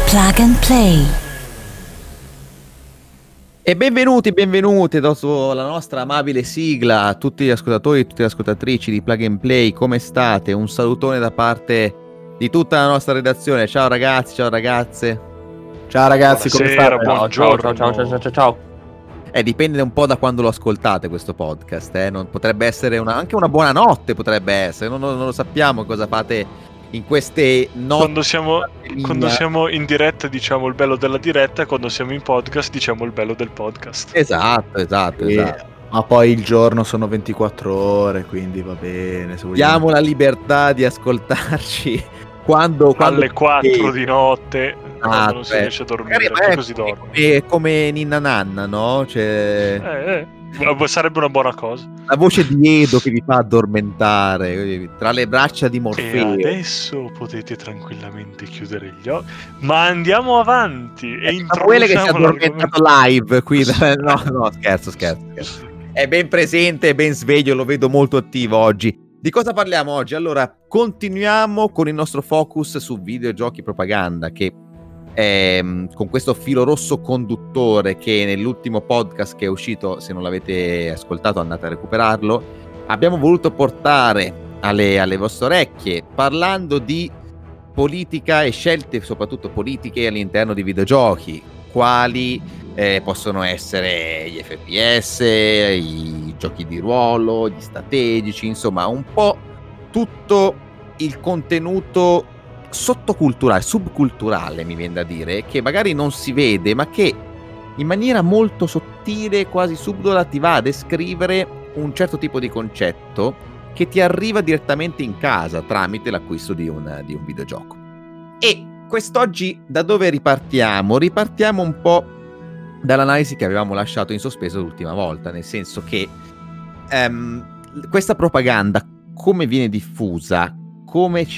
Plug and Play. E benvenuti dopo la nostra amabile sigla a tutti gli ascoltatori e tutte le ascoltatrici di Plug and Play. Come state? Un salutone da parte di tutta la nostra redazione. Ciao ragazzi, ciao ragazze. Ciao ragazzi, come state? Buongiorno. Ciao. Dipende un po' da quando lo ascoltate questo podcast, Non potrebbe essere anche una buona notte, potrebbe essere. Non lo sappiamo cosa fate in queste notti. Quando siamo in diretta diciamo il bello della diretta, e quando siamo in podcast diciamo il bello del podcast. Esatto. Ma poi il giorno sono 24 ore, quindi va bene. Diamo la libertà di ascoltarci quando alle 4 di notte, quando non si riesce a dormire, così dorme. Come Ninna Nanna, no? Sarebbe una buona cosa. La voce di Edo che vi fa addormentare tra le braccia di Morfeo. E adesso potete tranquillamente chiudere gli occhi, ma andiamo avanti e Samuele che si è addormentato live qui. No, scherzo. È ben presente, è ben sveglio, lo vedo molto attivo oggi. Di cosa parliamo oggi? Allora, continuiamo con il nostro focus su videogiochi propaganda, che con questo filo rosso conduttore che nell'ultimo podcast che è uscito, se non l'avete ascoltato andate a recuperarlo, abbiamo voluto portare alle vostre orecchie, parlando di politica e scelte soprattutto politiche all'interno di videogiochi, quali possono essere gli FPS, i giochi di ruolo, gli strategici, insomma un po' tutto il contenuto sottoculturale, subculturale mi viene da dire, che magari non si vede ma che in maniera molto sottile, quasi subdola, ti va a descrivere un certo tipo di concetto che ti arriva direttamente in casa tramite l'acquisto di un videogioco. E quest'oggi da dove ripartiamo? Ripartiamo un po' dall'analisi che avevamo lasciato in sospeso l'ultima volta, nel senso che questa propaganda come viene diffusa, come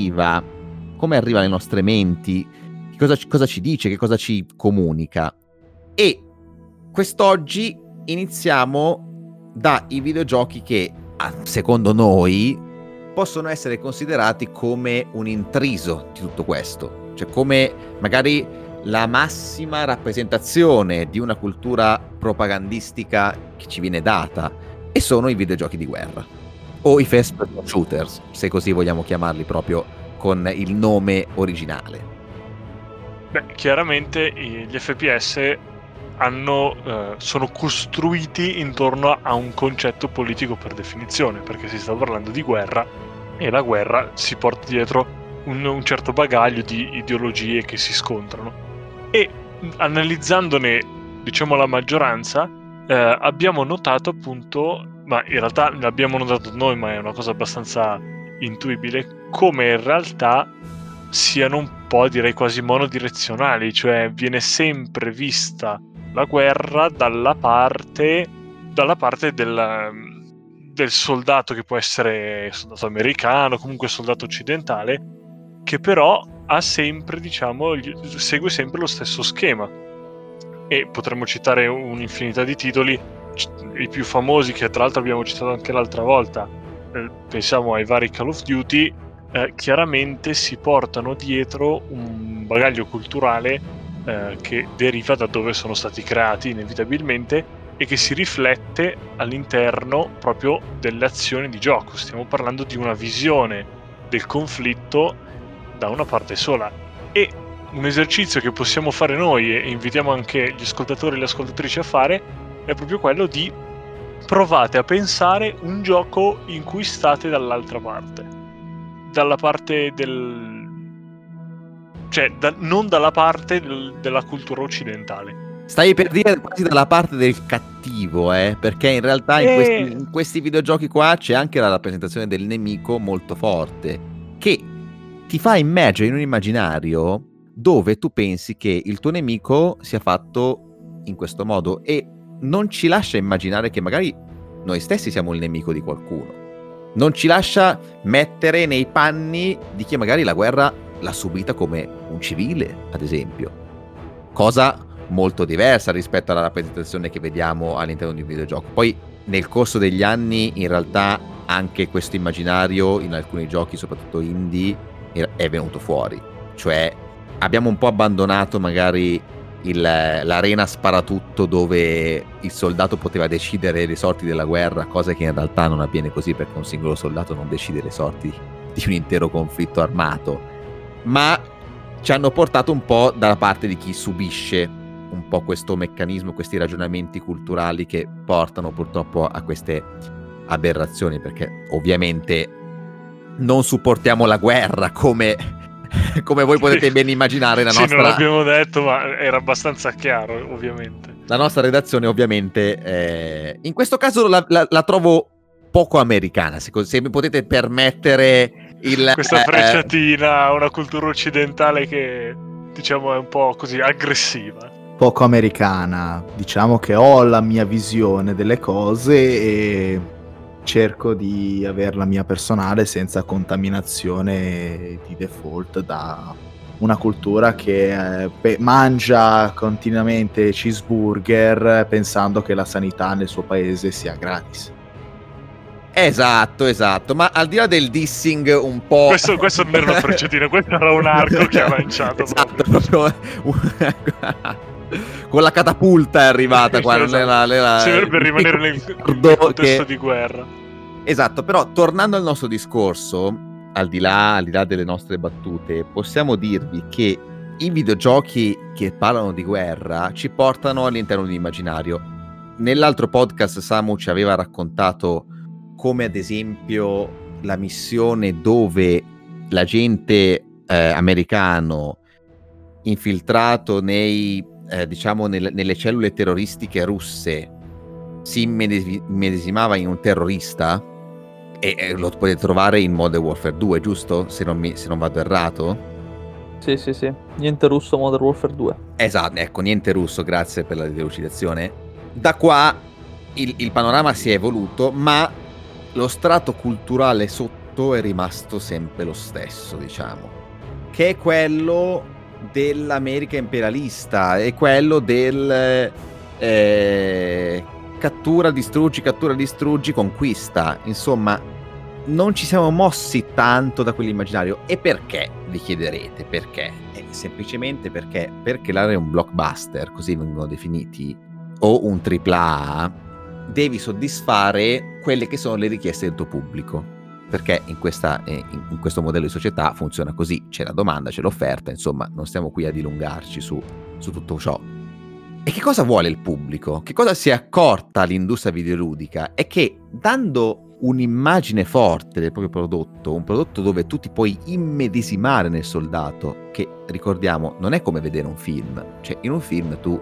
arriva alle nostre menti, cosa ci dice, che cosa ci comunica. E quest'oggi iniziamo dai videogiochi che, secondo noi, possono essere considerati come un intriso di tutto questo, cioè come magari la massima rappresentazione di una cultura propagandistica che ci viene data, e sono i videogiochi di guerra o i first person shooters, se così vogliamo chiamarli proprio con il nome originale. Beh, chiaramente gli FPS sono costruiti intorno a un concetto politico per definizione, perché si sta parlando di guerra e la guerra si porta dietro un certo bagaglio di ideologie che si scontrano. E analizzandone, diciamo, la maggioranza, abbiamo notato appunto, ma in realtà l'abbiamo notato noi, ma è una cosa abbastanza intuibile, come in realtà siano un po', direi quasi monodirezionali, cioè viene sempre vista la guerra dalla parte del soldato, che può essere soldato americano, comunque soldato occidentale, che però ha sempre, diciamo, segue sempre lo stesso schema. E potremmo citare un'infinità di titoli, i più famosi che tra l'altro abbiamo citato anche l'altra volta, pensiamo ai vari Call of Duty, chiaramente si portano dietro un bagaglio culturale che deriva da dove sono stati creati inevitabilmente e che si riflette all'interno proprio delle azioni di gioco. Stiamo parlando di una visione del conflitto da una parte sola, e un esercizio che possiamo fare noi, e invitiamo anche gli ascoltatori e le ascoltatrici a fare, è proprio quello di provate a pensare un gioco in cui state dall'altra parte non dalla parte della cultura occidentale. Stai per dire quasi dalla parte del cattivo, perché in realtà in questi videogiochi qua c'è anche la rappresentazione del nemico molto forte, che ti fa immergere in un immaginario dove tu pensi che il tuo nemico sia fatto in questo modo, e non ci lascia immaginare che magari noi stessi siamo il nemico di qualcuno. Non ci lascia mettere nei panni di chi magari la guerra l'ha subita come un civile, ad esempio. Cosa molto diversa rispetto alla rappresentazione che vediamo all'interno di un videogioco. Poi nel corso degli anni in realtà anche questo immaginario in alcuni giochi, soprattutto indie, è venuto fuori. Cioè abbiamo un po' abbandonato magari l'arena sparatutto dove il soldato poteva decidere le sorti della guerra, cosa che in realtà non avviene così, perché un singolo soldato non decide le sorti di un intero conflitto armato, ma ci hanno portato un po' dalla parte di chi subisce un po' questo meccanismo, questi ragionamenti culturali che portano purtroppo a queste aberrazioni, perché ovviamente non supportiamo la guerra come voi potete ben immaginare. La nostra, non l'abbiamo detto, ma era abbastanza chiaro, ovviamente. La nostra redazione ovviamente in questo caso la trovo poco americana, se mi potete permettere questa frecciatina a una cultura occidentale che diciamo è un po' così aggressiva. Poco americana, diciamo che ho la mia visione delle cose e cerco di avere la mia personale senza contaminazione di default da una cultura che mangia continuamente cheeseburger pensando che la sanità nel suo paese sia gratis. Esatto, ma al di là del dissing un po'... Questo non era una frecciatina, questo era un arco che ha lanciato. Esatto, proprio con la catapulta è arrivata qua, non era per rimanere nel contesto di guerra. Esatto, però tornando al nostro discorso, al di là delle nostre battute, possiamo dirvi che i videogiochi che parlano di guerra ci portano all'interno di un immaginario. Nell'altro podcast Samu ci aveva raccontato come ad esempio la missione dove l'agente americano infiltrato nelle cellule terroristiche russe si immedesimava in un terrorista, e lo potete trovare in Modern Warfare 2, giusto? Se non vado errato? Sì, niente russo Modern Warfare 2. Esatto, ecco, niente russo, grazie per la delucidazione. Da qua il panorama si è evoluto, ma lo strato culturale sotto è rimasto sempre lo stesso, diciamo, che è quello dell'America imperialista, è quello del cattura, distruggi, conquista. Insomma, non ci siamo mossi tanto da quell'immaginario. E perché? Vi chiederete perché? Semplicemente perché l'area è un blockbuster, così vengono definiti, o un AAA, devi soddisfare quelle che sono le richieste del tuo pubblico, perché in questo modello di società funziona così: c'è la domanda, c'è l'offerta, insomma non stiamo qui a dilungarci su tutto ciò. E che cosa vuole il pubblico? Che cosa si è accorta l'industria videoludica? È che dando un'immagine forte del proprio prodotto, un prodotto dove tu ti puoi immedesimare nel soldato, che ricordiamo non è come vedere un film, cioè in un film tu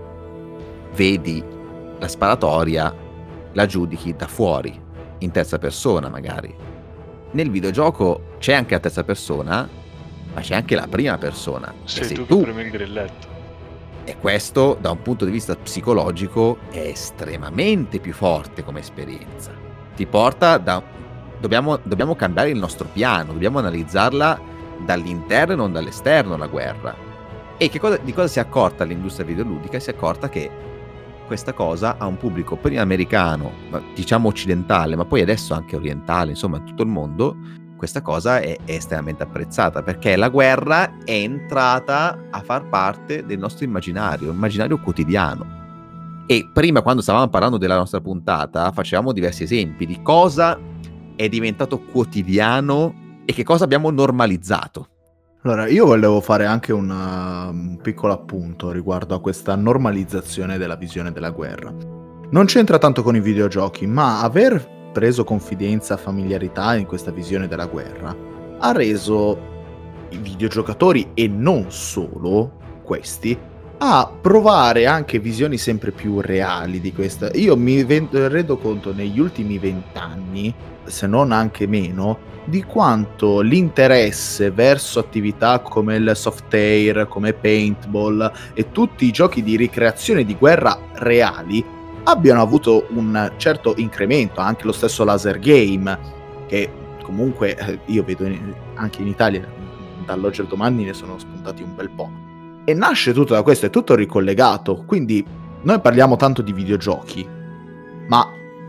vedi la sparatoria, la giudichi da fuori, in terza persona magari. Nel videogioco c'è anche la terza persona, ma c'è anche la prima persona. Sei tu che premi il grilletto. E questo, da un punto di vista psicologico, è estremamente più forte come esperienza. Ti porta dobbiamo cambiare il nostro piano, dobbiamo analizzarla dall'interno e non dall'esterno la guerra. E di cosa si è accorta l'industria videoludica? Si è accorta che questa cosa ha un pubblico prima americano, diciamo occidentale, ma poi adesso anche orientale, insomma in tutto il mondo. Questa cosa è estremamente apprezzata, perché la guerra è entrata a far parte del nostro immaginario quotidiano. E prima, quando stavamo parlando della nostra puntata, facevamo diversi esempi di cosa è diventato quotidiano e che cosa abbiamo normalizzato. Allora, io volevo fare anche un piccolo appunto riguardo a questa normalizzazione della visione della guerra. Non c'entra tanto con i videogiochi, ma aver preso confidenza, familiarità in questa visione della guerra ha reso i videogiocatori, e non solo questi, a provare anche visioni sempre più reali di questa. Io mi rendo conto negli ultimi 20 anni, se non anche meno, di quanto l'interesse verso attività come il Softair, come Paintball e tutti i giochi di ricreazione di guerra reali abbiano avuto un certo incremento. Anche lo stesso laser game, che comunque io vedo anche in Italia dall'oggi al domani ne sono spuntati un bel po', e nasce tutto da questo, è tutto ricollegato. Quindi noi parliamo tanto di videogiochi, ma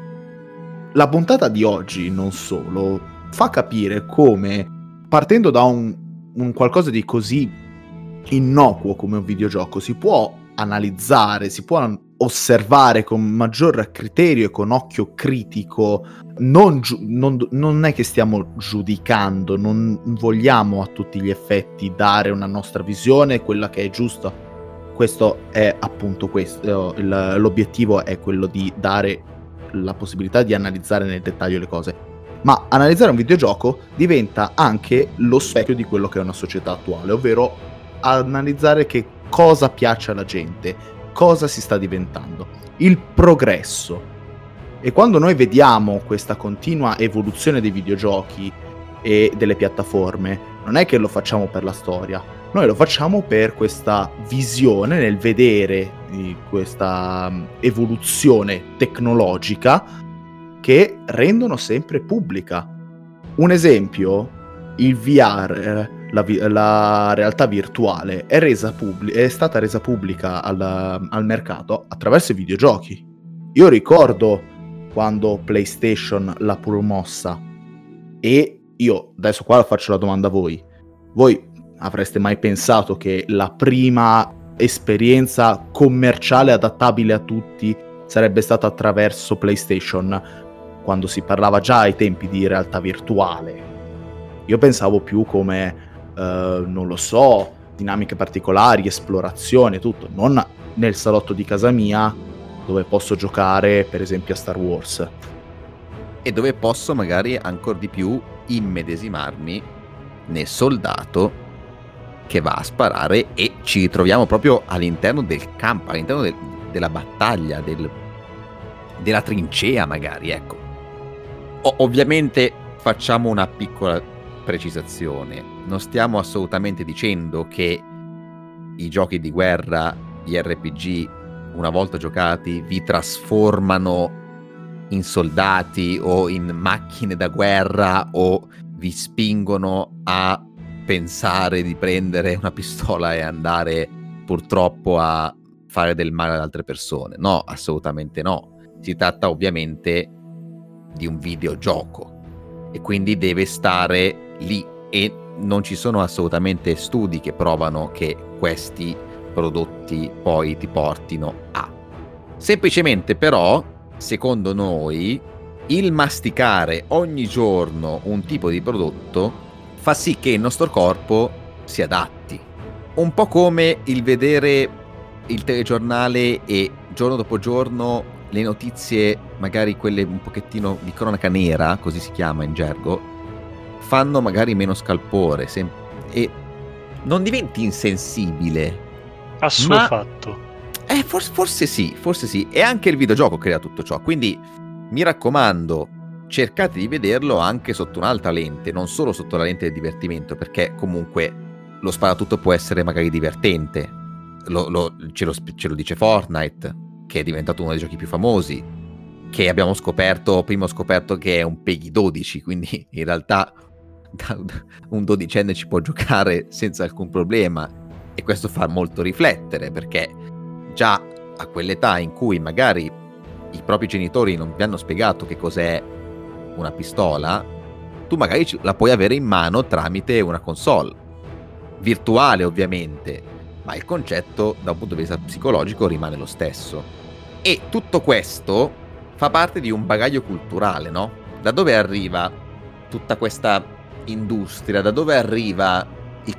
la puntata di oggi non solo fa capire come, partendo da un qualcosa di così innocuo come un videogioco, si può analizzare, si può osservare con maggior criterio e con occhio critico. Non è che stiamo giudicando, non vogliamo a tutti gli effetti dare una nostra visione, quella che è giusta. Questo è appunto questo, l'obiettivo è quello di dare la possibilità di analizzare nel dettaglio le cose. Ma analizzare un videogioco diventa anche lo specchio di quello che è una società attuale, ovvero analizzare che cosa piace alla gente, cosa si sta diventando, il progresso. E quando noi vediamo questa continua evoluzione dei videogiochi e delle piattaforme, non è che lo facciamo per la storia, noi lo facciamo per questa visione, nel vedere di questa evoluzione tecnologica che rendono sempre pubblica. Un esempio, il VR, la realtà virtuale, è stata resa pubblica al mercato attraverso i videogiochi. Io ricordo quando PlayStation l'ha promossa, e io adesso qua faccio la domanda a voi. Voi avreste mai pensato che la prima esperienza commerciale adattabile a tutti sarebbe stata attraverso PlayStation, quando si parlava già ai tempi di realtà virtuale? Io pensavo più come, non lo so, dinamiche particolari, esplorazione, tutto, non nel salotto di casa mia, dove posso giocare per esempio a Star Wars. E dove posso magari ancora di più immedesimarmi nel soldato che va a sparare, e ci ritroviamo proprio all'interno del campo, all'interno della battaglia, della trincea magari, ecco. Ovviamente facciamo una piccola precisazione: non stiamo assolutamente dicendo che i giochi di guerra, gli RPG, una volta giocati vi trasformano in soldati o in macchine da guerra, o vi spingono a pensare di prendere una pistola e andare purtroppo a fare del male ad altre persone. No, assolutamente no. Si tratta ovviamente di un videogioco e quindi deve stare lì, e non ci sono assolutamente studi che provano che questi prodotti poi ti portino a. Semplicemente però, secondo noi, il masticare ogni giorno un tipo di prodotto fa sì che il nostro corpo si adatti. Un po' come il vedere il telegiornale e giorno dopo giorno le notizie, magari quelle un pochettino di cronaca nera, così si chiama in gergo, fanno magari meno scalpore e non diventi insensibile. Assuefatto. Forse sì. E anche il videogioco crea tutto ciò. Quindi mi raccomando, cercate di vederlo anche sotto un'altra lente, non solo sotto la lente del divertimento, perché comunque lo sparatutto può essere magari divertente. Ce lo dice Fortnite, che è diventato uno dei giochi più famosi, che abbiamo scoperto, prima ho scoperto che è un PEGI 12, quindi in realtà un dodicenne ci può giocare senza alcun problema, e questo fa molto riflettere, perché già a quell'età in cui magari i propri genitori non vi hanno spiegato che cos'è una pistola, tu magari la puoi avere in mano tramite una console virtuale, ovviamente, ma il concetto da un punto di vista psicologico rimane lo stesso. E tutto questo fa parte di un bagaglio culturale, no? Da dove arriva tutta questa industria? Da dove arrivano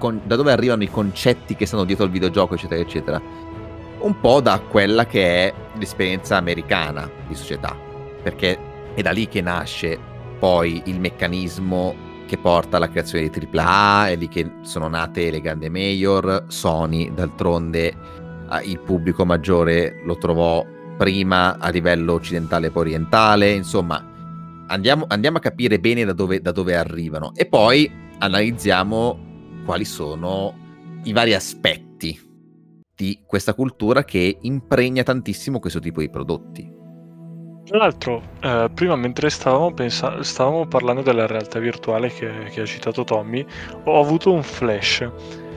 i concetti che stanno dietro al videogioco, eccetera eccetera? Un po' da quella che è l'esperienza americana di società, perché è da lì che nasce poi il meccanismo che porta alla creazione di AAA, è lì che sono nate le grandi major. Sony, d'altronde, il pubblico maggiore lo trovò prima a livello occidentale e poi orientale. Insomma, andiamo a capire bene da dove arrivano, e poi analizziamo quali sono i vari aspetti di questa cultura che impregna tantissimo questo tipo di prodotti. Tra l'altro, prima mentre stavamo parlando della realtà virtuale che ha citato Tommy, ho avuto un flash.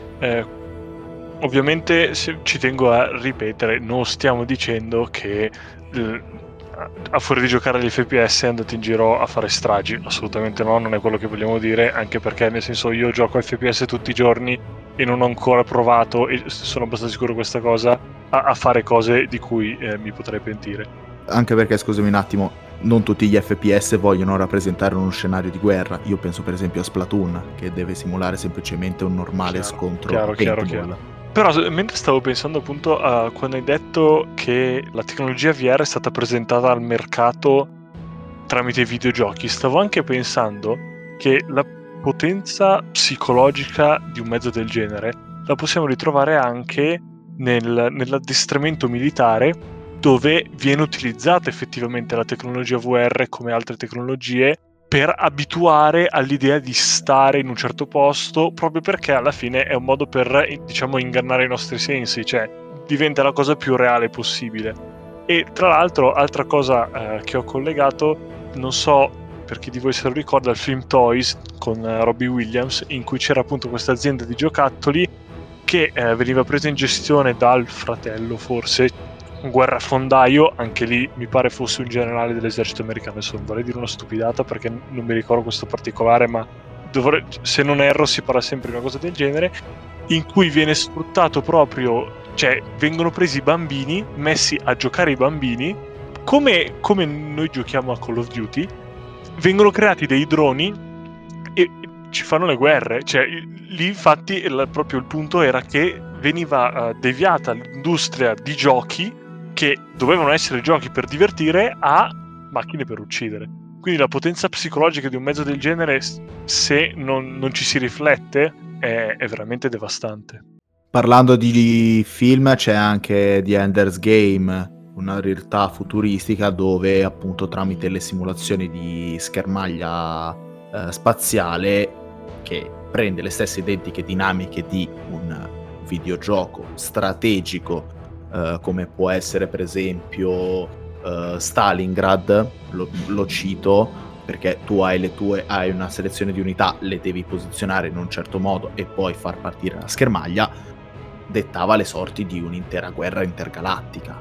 Ovviamente ci tengo a ripetere, non stiamo dicendo che a fuori di giocare agli FPS andate in giro a fare stragi, assolutamente no, non è quello che vogliamo dire, anche perché nel senso io gioco a FPS tutti i giorni e non ho ancora provato, e sono abbastanza sicuro di questa cosa, a fare cose di cui mi potrei pentire. Anche perché, scusami un attimo, non tutti gli FPS vogliono rappresentare uno scenario di guerra. Io penso per esempio a Splatoon, che deve simulare semplicemente un normale scontro paintball. Però mentre stavo pensando appunto a quando hai detto che la tecnologia VR è stata presentata al mercato tramite i videogiochi, stavo anche pensando che la potenza psicologica di un mezzo del genere la possiamo ritrovare anche nell'addestramento militare, dove viene utilizzata effettivamente la tecnologia VR come altre tecnologie per abituare all'idea di stare in un certo posto, proprio perché alla fine è un modo per, diciamo, ingannare i nostri sensi, cioè diventa la cosa più reale possibile. E tra l'altro, altra cosa che ho collegato, non so per chi di voi se lo ricorda, il film Toys con Robbie Williams, in cui c'era appunto questa azienda di giocattoli che veniva presa in gestione dal fratello, forse, un guerrafondaio, anche lì mi pare fosse un generale dell'esercito americano. Adesso non vorrei dire una stupidata perché non mi ricordo questo particolare, ma se non erro si parla sempre di una cosa del genere, in cui viene sfruttato proprio, cioè vengono presi i bambini, messi a giocare i bambini come noi giochiamo a Call of Duty, vengono creati dei droni e ci fanno le guerre. Cioè lì infatti proprio il punto era che veniva deviata l'industria di giochi che dovevano essere giochi per divertire a macchine per uccidere. Quindi la potenza psicologica di un mezzo del genere, se non ci si riflette, è veramente devastante. Parlando di film, c'è anche The Ender's Game, una realtà futuristica dove appunto tramite le simulazioni di schermaglia spaziale, che prende le stesse identiche dinamiche di un videogioco strategico, come può essere per esempio Stalingrad, lo cito perché tu hai una selezione di unità, le devi posizionare in un certo modo e poi far partire la schermaglia, dettava le sorti di un'intera guerra intergalattica.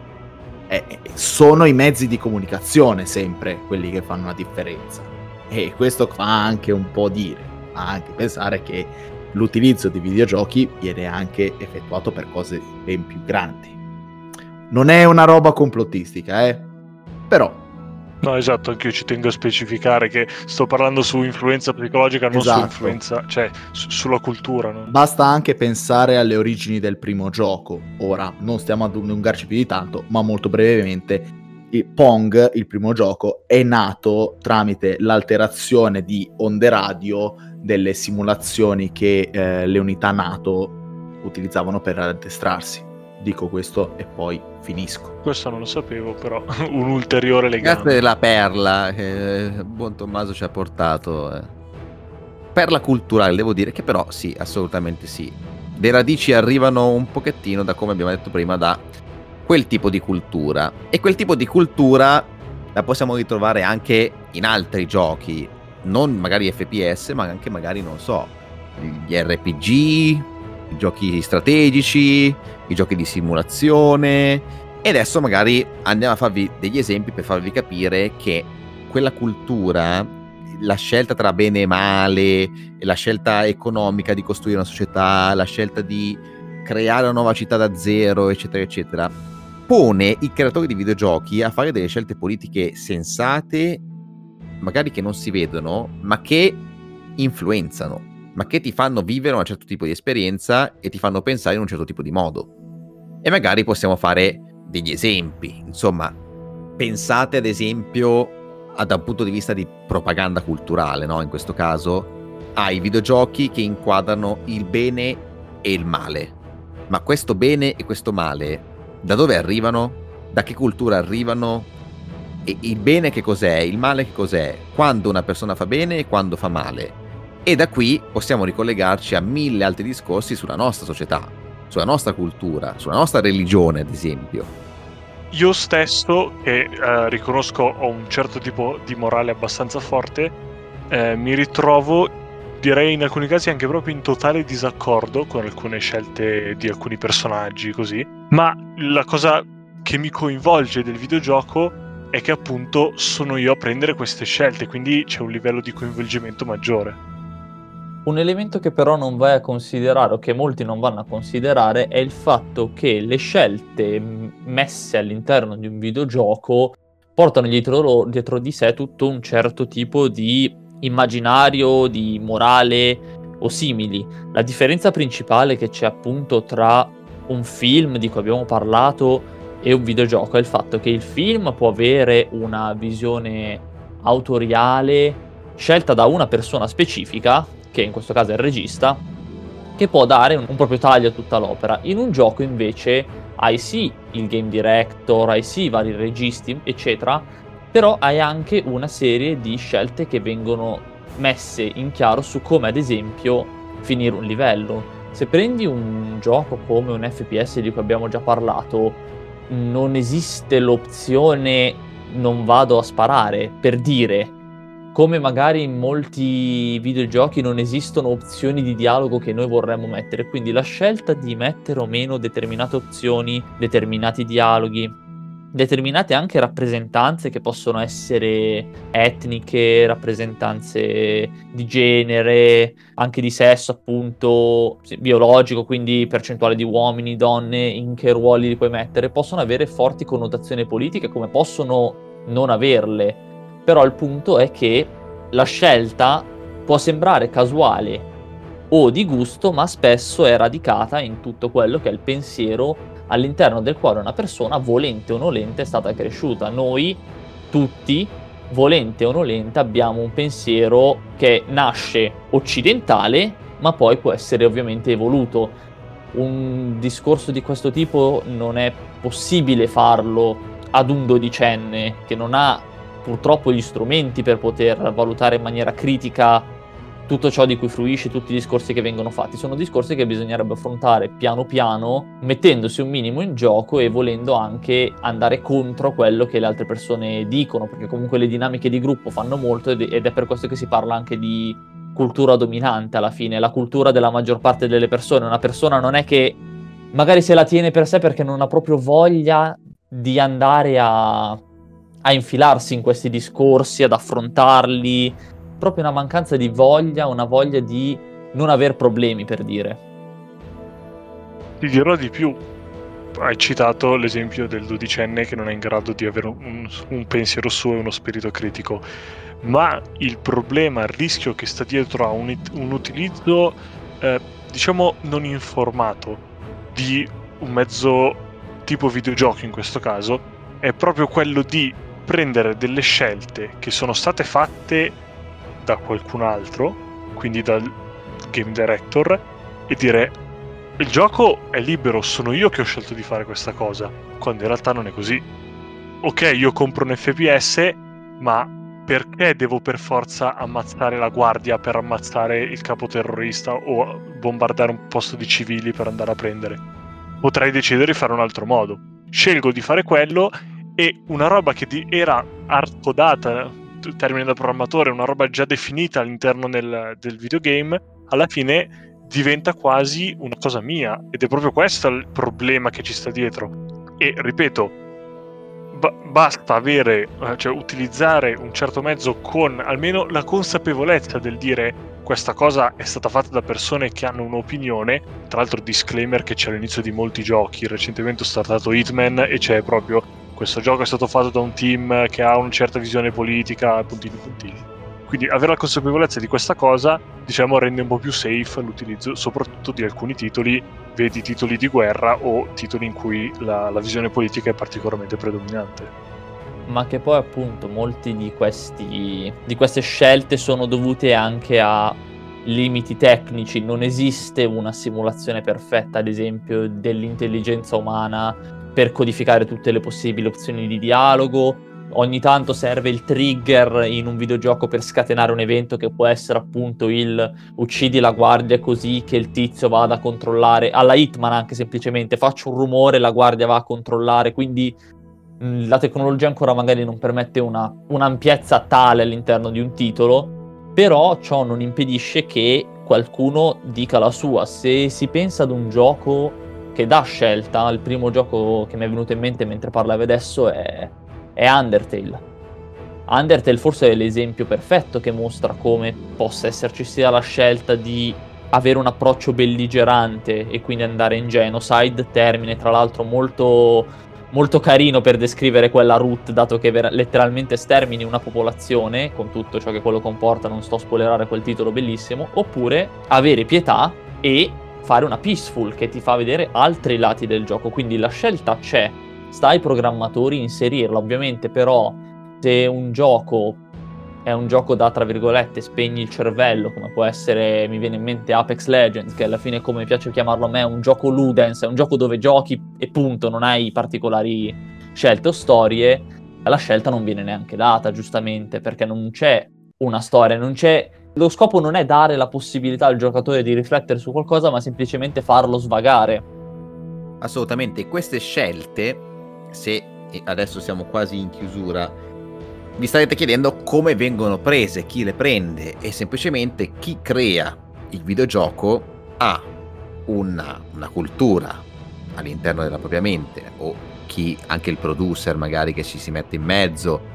Sono i mezzi di comunicazione sempre quelli che fanno la differenza, e questo fa anche un po' dire, fa anche pensare che l'utilizzo di videogiochi viene anche effettuato per cose ben più grandi. Non è una roba complottistica, però. No, esatto, anche io ci tengo a specificare che sto parlando su influenza psicologica, non su influenza, cioè sulla cultura, no? Basta anche pensare alle origini del primo gioco. Ora, non stiamo ad allungarci più di tanto, ma molto brevemente, Pong, il primo gioco, è nato tramite l'alterazione di onde radio delle simulazioni che le unità NATO utilizzavano per addestrarsi. Dico questo e poi finisco. Questo non lo sapevo, però un ulteriore legame. Grazie della perla che buon Tommaso ci ha portato. Perla culturale, devo dire, che però sì, assolutamente sì. Le radici arrivano un pochettino, da come abbiamo detto prima, da quel tipo di cultura. E quel tipo di cultura la possiamo ritrovare anche in altri giochi, non magari FPS, ma anche magari, non so, gli RPG, i giochi strategici, i giochi di simulazione. E adesso magari andiamo a farvi degli esempi per farvi capire che quella cultura, la scelta tra bene e male, la scelta economica di costruire una società, la scelta di creare una nuova città da zero, eccetera eccetera, pone i creatori di videogiochi a fare delle scelte politiche sensate, magari che non si vedono, ma che influenzano, ma che ti fanno vivere un certo tipo di esperienza e ti fanno pensare in un certo tipo di modo. E magari possiamo fare degli esempi. Insomma, pensate ad esempio da un punto di vista di propaganda culturale, no? In questo caso ai videogiochi che inquadrano il bene e il male. Ma questo bene e questo male da dove arrivano? Da che cultura arrivano? E il bene che cos'è? Il male che cos'è? Quando una persona fa bene e quando fa male? E da qui possiamo ricollegarci a 1000 altri discorsi sulla nostra società, sulla nostra cultura, sulla nostra religione, ad esempio. Io stesso, che riconosco ho un certo tipo di morale abbastanza forte, mi ritrovo, direi in alcuni casi anche proprio in totale disaccordo con alcune scelte di alcuni personaggi, così. Ma la cosa che mi coinvolge del videogioco è che appunto sono io a prendere queste scelte, quindi c'è un livello di coinvolgimento maggiore. Un elemento che però non vai a considerare, o che molti non vanno a considerare, è il fatto che le scelte messe all'interno di un videogioco portano dietro di sé tutto un certo tipo di immaginario, di morale o simili. La differenza principale che c'è appunto tra un film di cui abbiamo parlato e un videogioco è il fatto che il film può avere una visione autoriale scelta da una persona specifica, che in questo caso è il regista, che può dare un proprio taglio a tutta l'opera. In un gioco invece hai sì il game director, hai sì i vari registi, eccetera, però hai anche una serie di scelte che vengono messe in chiaro su come, ad esempio, finire un livello. Se prendi un gioco come un FPS di cui abbiamo già parlato, non esiste l'opzione non vado a sparare, per dire. Come magari in molti videogiochi non esistono opzioni di dialogo che noi vorremmo mettere, quindi la scelta di mettere o meno determinate opzioni, determinati dialoghi, determinate anche rappresentanze che possono essere etniche, rappresentanze di genere, anche di sesso appunto, biologico, quindi percentuale di uomini, donne, in che ruoli li puoi mettere, possono avere forti connotazioni politiche come possono non averle. Però il punto è che la scelta può sembrare casuale o di gusto, ma spesso è radicata in tutto quello che è il pensiero all'interno del quale una persona, volente o nolente, è stata cresciuta. Noi tutti, volente o nolente, abbiamo un pensiero che nasce occidentale, ma poi può essere ovviamente evoluto. Un discorso di questo tipo non è possibile farlo ad un dodicenne che non ha purtroppo gli strumenti per poter valutare in maniera critica tutto ciò di cui fruisce, tutti i discorsi che vengono fatti. Sono discorsi che bisognerebbe affrontare piano piano, mettendosi un minimo in gioco e volendo anche andare contro quello che le altre persone dicono, perché comunque le dinamiche di gruppo fanno molto ed è per questo che si parla anche di cultura dominante alla fine, la cultura della maggior parte delle persone. Una persona non è che magari se la tiene per sé perché non ha proprio voglia di andare a infilarsi in questi discorsi, ad affrontarli, proprio una mancanza di voglia, una voglia di non aver problemi, per dire. Ti dirò di più. Hai citato l'esempio del dodicenne che non è in grado di avere un pensiero suo e uno spirito critico, ma il problema, il rischio che sta dietro a un utilizzo, diciamo, non informato di un mezzo tipo videogiochi in questo caso, è proprio quello di prendere delle scelte che sono state fatte da qualcun altro, quindi dal game director, e dire il gioco è libero, sono io che ho scelto di fare questa cosa, quando in realtà non è così. Ok, io compro un FPS, ma perché devo per forza ammazzare la guardia per ammazzare il capoterrorista o bombardare un posto di civili per andare a prendere? Potrei decidere di fare un altro modo. Scelgo di fare quello e una roba che era hardcodata, termine da programmatore, una roba già definita all'interno del videogame, alla fine diventa quasi una cosa mia, ed è proprio questo il problema che ci sta dietro. E ripeto, basta avere, cioè utilizzare un certo mezzo con almeno la consapevolezza del dire questa cosa è stata fatta da persone che hanno un'opinione. Tra l'altro disclaimer che c'è all'inizio di molti giochi. Recentemente ho startato Hitman e c'è proprio questo gioco è stato fatto da un team che ha una certa visione politica, puntini puntini. Quindi avere la consapevolezza di questa cosa, diciamo, rende un po' più safe l'utilizzo soprattutto di alcuni titoli, vedi titoli di guerra o titoli in cui la visione politica è particolarmente predominante. Ma che poi appunto molti di queste scelte sono dovute anche a limiti tecnici. Non esiste una simulazione perfetta, ad esempio, dell'intelligenza umana per codificare tutte le possibili opzioni di dialogo. Ogni tanto serve il trigger in un videogioco per scatenare un evento che può essere appunto il uccidi la guardia così che il tizio vada a controllare, alla Hitman anche semplicemente, faccio un rumore, la guardia va a controllare, quindi la tecnologia ancora magari non permette un'ampiezza tale all'interno di un titolo, però ciò non impedisce che qualcuno dica la sua. Se si pensa ad un gioco che dà scelta, il primo gioco che mi è venuto in mente mentre parlavi adesso è Undertale. Undertale forse è l'esempio perfetto che mostra come possa esserci sia la scelta di avere un approccio belligerante e quindi andare in genocide, termine tra l'altro molto, molto carino per descrivere quella route, dato che letteralmente stermini una popolazione, con tutto ciò che quello comporta, non sto a spoilerare quel titolo bellissimo, oppure avere pietà e fare una peaceful, che ti fa vedere altri lati del gioco, quindi la scelta c'è, sta ai programmatori inserirla, ovviamente, però se un gioco è un gioco da, tra virgolette, spegni il cervello, come può essere, mi viene in mente Apex Legends, che alla fine, come piace chiamarlo a me, è un gioco ludens, è un gioco dove giochi e punto, non hai particolari scelte o storie, la scelta non viene neanche data, giustamente, perché non c'è una storia, non c'è... Lo scopo non è dare la possibilità al giocatore di riflettere su qualcosa, ma semplicemente farlo svagare. Assolutamente, queste scelte, se adesso siamo quasi in chiusura, vi starete chiedendo come vengono prese, chi le prende, e semplicemente chi crea il videogioco ha una cultura all'interno della propria mente, o chi, anche il producer magari che ci si mette in mezzo,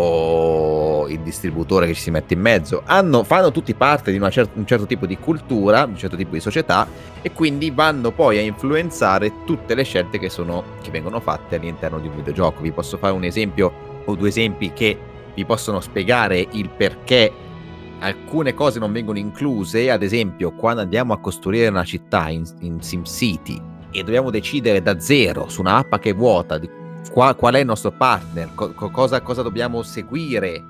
o il distributore che ci si mette in mezzo, fanno tutti parte di un certo tipo di cultura, un certo tipo di società, e quindi vanno poi a influenzare tutte le scelte che vengono fatte all'interno di un videogioco. Vi posso fare un esempio o due esempi che vi possono spiegare il perché alcune cose non vengono incluse. Ad esempio, quando andiamo a costruire una città in SimCity e dobbiamo decidere da zero su una mappa che è vuota di qual è il nostro partner, cosa dobbiamo seguire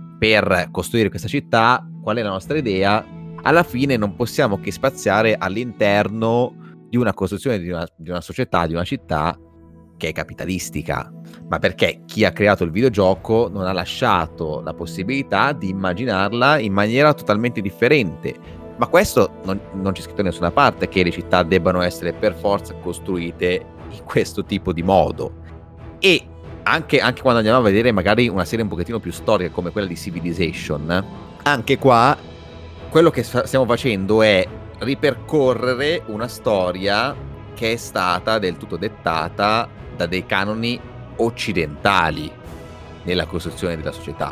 per costruire questa città, qual è la nostra idea, alla fine non possiamo che spaziare all'interno di una costruzione di una società, di una città che è capitalistica, ma perché chi ha creato il videogioco non ha lasciato la possibilità di immaginarla in maniera totalmente differente. Ma questo non c'è scritto da nessuna parte, che le città debbano essere per forza costruite in questo tipo di modo. E anche quando andiamo a vedere magari una serie un pochettino più storica come quella di Civilization, anche qua quello che stiamo facendo è ripercorrere una storia che è stata del tutto dettata da dei canoni occidentali nella costruzione della società.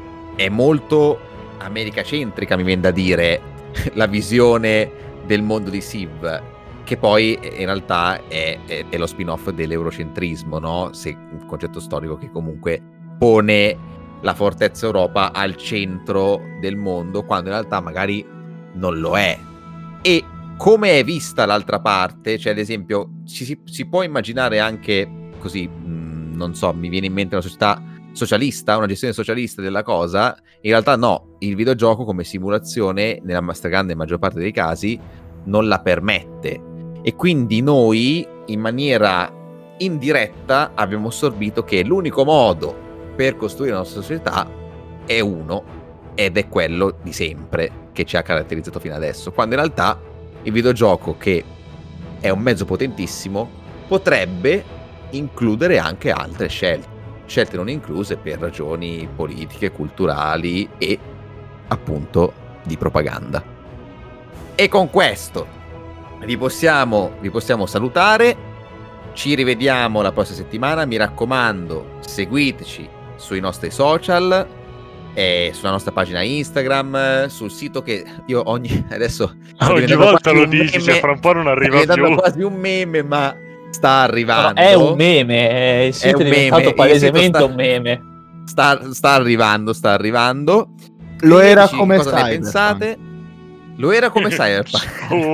È molto americacentrica, mi viene da dire, la visione del mondo di Civ, che poi in realtà è lo spin-off dell'eurocentrismo, no? Un concetto storico che comunque pone la fortezza Europa al centro del mondo, quando in realtà magari non lo è. E come è vista l'altra parte, cioè ad esempio si può immaginare anche così, non so, mi viene in mente una società socialista, una gestione socialista della cosa. In realtà no, il videogioco come simulazione nella stragrande maggior parte dei casi non la permette, e quindi noi in maniera indiretta abbiamo assorbito che l'unico modo per costruire la nostra società è uno, ed è quello di sempre che ci ha caratterizzato fino adesso, quando in realtà il videogioco, che è un mezzo potentissimo, potrebbe includere anche altre scelte non incluse per ragioni politiche, culturali e appunto di propaganda. E con questo vi possiamo salutare, ci rivediamo la prossima settimana. Mi raccomando, seguiteci sui nostri social, sulla nostra pagina Instagram, sul sito che io ogni volta lo dici, cioè fra un po' non arriva più. È quasi un meme, ma sta arrivando. No, è un meme, il sito è diventato palesemente un meme. Sta arrivando. Lo era come cosa ne pensate? Lo era come Cyberpunk.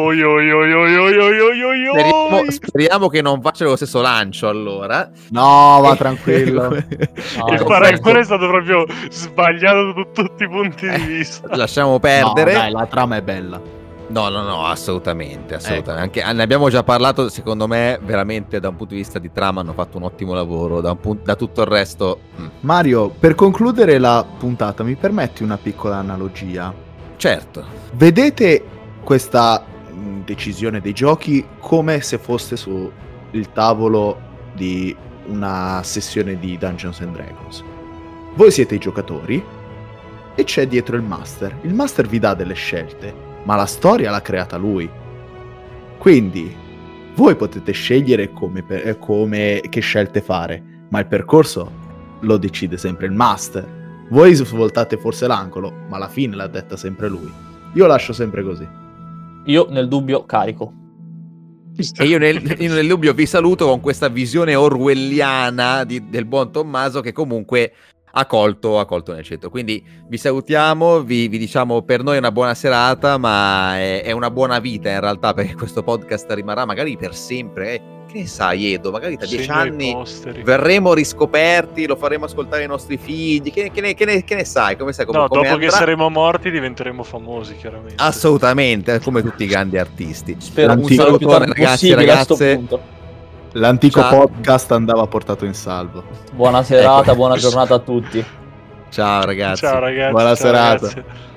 Speriamo che non faccia lo stesso lancio, allora. No, va tranquillo. Il paragone è stato proprio sbagliato da tutti i punti di vista. Lasciamo perdere. No, dai, la trama è bella. No, assolutamente. Anche, ne abbiamo già parlato, secondo me, veramente da un punto di vista di trama hanno fatto un ottimo lavoro, da tutto il resto. Mario, per concludere la puntata, mi permetti una piccola analogia? Certo. Vedete questa decisione dei giochi come se fosse sul tavolo di una sessione di Dungeons and Dragons. Voi siete i giocatori e c'è dietro il master. Il master vi dà delle scelte, ma la storia l'ha creata lui. Quindi voi potete scegliere che scelte fare, ma il percorso lo decide sempre il master. Voi svoltate forse l'angolo, ma alla fine l'ha detta sempre lui. Io lascio sempre così. Io nel dubbio carico. E io nel dubbio vi saluto con questa visione orwelliana del buon Tommaso, che comunque ha colto nel centro. Quindi vi salutiamo, vi diciamo per noi è una buona serata, ma è una buona vita in realtà, perché questo podcast rimarrà magari per sempre. Che ne sai, Edo? Magari tra 10 anni verremo riscoperti, lo faremo ascoltare ai nostri figli. Che ne sai? Come sai? Dopo che saremo morti diventeremo famosi, chiaramente. Assolutamente, come tutti i grandi artisti. Spero Un salutone, ragazzi e ragazze. L'antico Ciao. podcast andava portato in salvo. Buona serata, buona giornata a tutti. Ciao ragazzi. Ciao ragazzi. Buona ciao, serata. ragazzi.